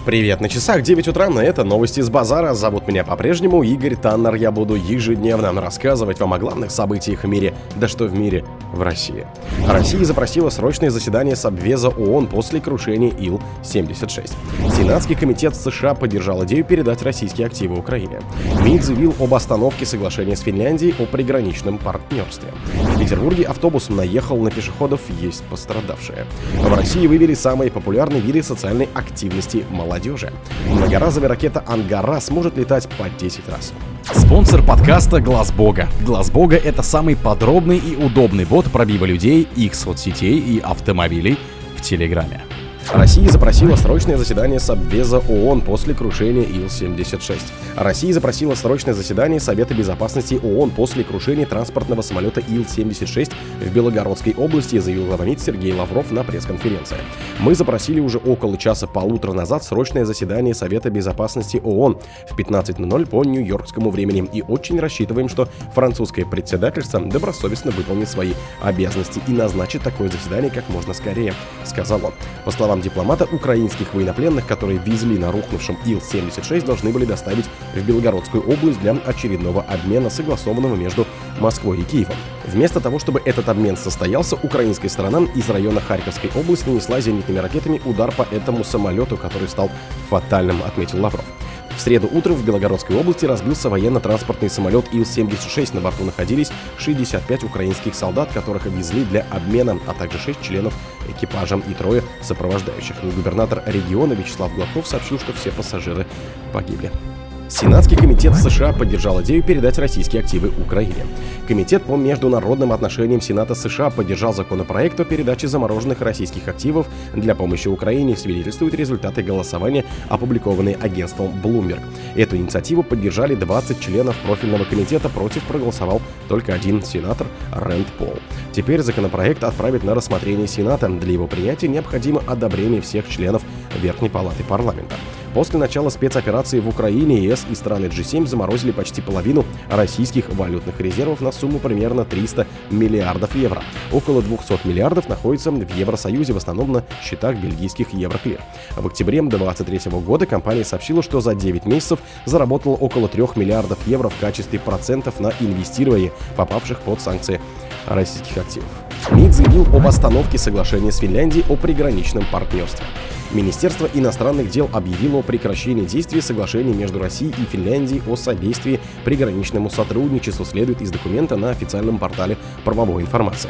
Привет, на часах 9 утра, это новости с базара. Зовут меня по-прежнему Игорь Таннер. Я буду ежедневно рассказывать вам о главных событиях в мире, да что в мире, в России. Россия запросила срочное заседание Совбеза ООН после крушения Ил-76. Сенатский комитет США поддержал идею передать российские активы Украине. МИД заявил об остановке соглашения с Финляндией о приграничном партнерстве. В Петербурге автобус наехал на пешеходов, есть пострадавшие. В России вывели самые популярные виды социальной активности молодежи. Многоразовая ракета «Ангара» сможет летать по 10 раз. Спонсор подкаста Глаз Бога. Глаз Бога — это самый подробный и удобный бот пробива людей, их соцсетей и автомобилей в Телеграме. Россия запросила срочное заседание Совбеза ООН после крушения Ил-76. Россия запросила срочное заседание Совета Безопасности ООН после крушения транспортного самолета Ил-76 в Белгородской области, заявил глава МИД Сергей Лавров на пресс-конференции. Мы запросили уже около часа-полутора назад срочное заседание Совета Безопасности ООН в 15:00 по нью-йоркскому времени и очень рассчитываем, что французское председательство добросовестно выполнит свои обязанности и назначит такое заседание как можно скорее, сказал он. По словам дипломата, украинских военнопленных, которые везли на рухнувшем Ил-76, должны были доставить в Белгородскую область для очередного обмена, согласованного между Москвой и Киевом. Вместо того, чтобы этот обмен состоялся, украинская сторона из района Харьковской области нанесла зенитными ракетами удар по этому самолету, который стал фатальным, отметил Лавров. В среду утром в Белгородской области разбился военно-транспортный самолет Ил-76. На борту находились 65 украинских солдат, которых везли для обмена, а также 6 членов экипажа и 3 сопровождающих. Губернатор региона Вячеслав Гладков сообщил, что все пассажиры погибли. Сенатский комитет США поддержал идею передать российские активы Украине. Комитет по международным отношениям Сената США поддержал законопроект о передаче замороженных российских активов для помощи Украине, свидетельствуют результаты голосования, опубликованные агентством Bloomberg. Эту инициативу поддержали 20 членов профильного комитета, против проголосовал только один сенатор Рэнд Пол. Теперь законопроект отправят на рассмотрение Сената. Для его принятия необходимо одобрение всех членов Верхней палаты парламента. После начала спецоперации в Украине ЕС и страны G7 заморозили почти половину российских валютных резервов на сумму примерно 300 миллиардов евро. Около 200 миллиардов находится в Евросоюзе, в основном на счетах бельгийских Евроклир. В октябре 2023 года компания сообщила, что за 9 месяцев заработала около 3 миллиардов евро в качестве процентов на инвестирование попавших под санкции российских активов. МИД заявил об остановке соглашения с Финляндией о приграничном партнерстве. Министерство иностранных дел объявило о прекращении действия соглашения между Россией и Финляндией о содействии приграничному сотрудничеству, следует из документа на официальном портале «Правовой информации».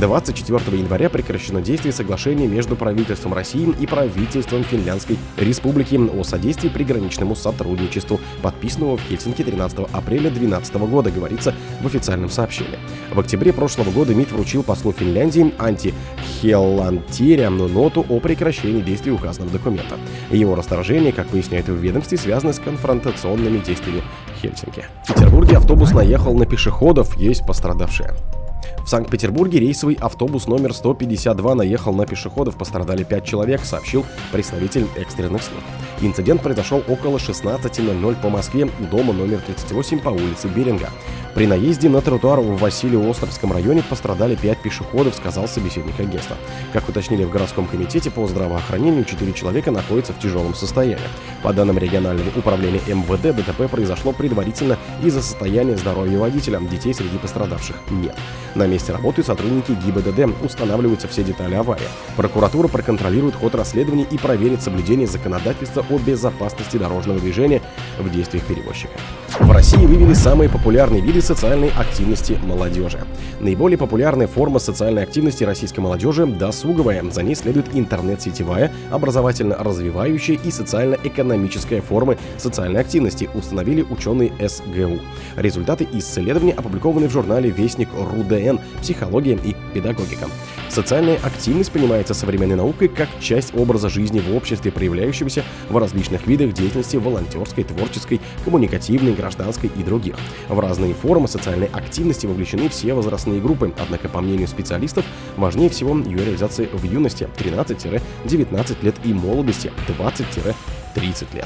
24 января прекращено действие соглашения между правительством России и правительством Финляндской Республики о содействии приграничному сотрудничеству, подписанного в Хельсинки 13 апреля 2012 года, говорится в официальном сообщении. В октябре прошлого года МИД вручил послу Финляндии Анти Хеллантеряну ноту о прекращении действий указанного документа. Его расторжение, как поясняют в ведомстве, связано с конфронтационными действиями Хельсинки. В Петербурге автобус наехал на пешеходов, есть пострадавшие. В Санкт-Петербурге рейсовый автобус номер 152 наехал на пешеходов, пострадали 5 человек, сообщил представитель экстренных служб. Инцидент произошел около 16:00 по Москве у дома номер 38 по улице Беринга. При наезде на тротуар в Василиостровском районе пострадали 5 пешеходов, сказал собеседник агентства. Как уточнили в городском комитете по здравоохранению, 4 человека находятся в тяжелом состоянии. По данным регионального управления МВД, ДТП произошло предварительно из-за состояния здоровья водителя. Детей среди пострадавших нет. На месте работают сотрудники ГИБДД, устанавливаются все детали аварии. Прокуратура проконтролирует ход расследований и проверит соблюдение законодательства о безопасности дорожного движения в действиях перевозчика. В России вывели самые популярные виды социальной активности молодежи. Наиболее популярная форма социальной активности российской молодежи – досуговая. За ней следует интернет-сетевая, образовательно-развивающая и социально-экономическая формы социальной активности, установили ученые СГУ. Результаты исследования опубликованы в журнале «Вестник РУДН. Психология и педагогика». Социальная активность понимается современной наукой как часть образа жизни в обществе, проявляющегося в различных видах деятельности: волонтерской, творческой, коммуникативной, гражданской и других. В разные формы социальной активности вовлечены все возрастные группы, однако, по мнению специалистов, важнее всего ее реализация в юности 13-19 лет и молодости 20-30 лет.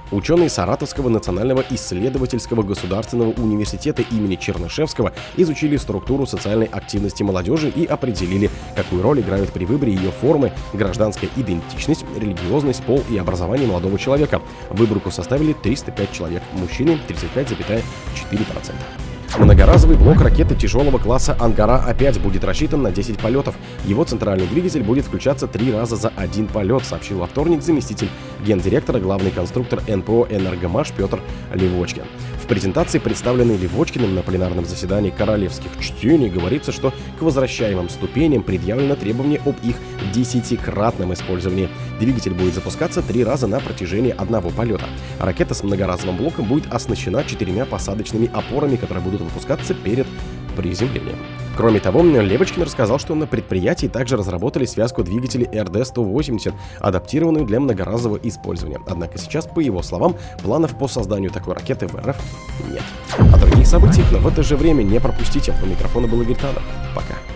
Ученые Саратовского национального исследовательского государственного университета имени Чернышевского изучили структуру социальной активности молодежи и определили, какую роль играют при выборе ее формы гражданская идентичность, религиозность, пол и образование молодого человека. Выборку составили 305 человек, мужчины 35,4%. Многоразовый блок ракеты тяжелого класса «Ангара» опять будет рассчитан на 10 полетов. Его центральный двигатель будет включаться 3 раза за один полет, сообщил во вторник заместитель гендиректора, главный конструктор НПО «Энергомаш» Петр Левочкин. В презентации, представленной Левочкиным на пленарном заседании королевских чтений, говорится, что к возвращаемым ступеням предъявлено требование об их 10-кратном использовании. Двигатель будет запускаться 3 раза на протяжении одного полета. Ракета с многоразовым блоком будет оснащена 4 посадочными опорами, которые будут выпускаться перед приземлением. Кроме того, Левочкин рассказал, что на предприятии также разработали связку двигателей РД-180, адаптированную для многоразового использования. Однако сейчас, по его словам, планов по созданию такой ракеты в РФ нет. О других событиях, но в это же время не пропустите. У микрофона был Игорь Таннер. Пока.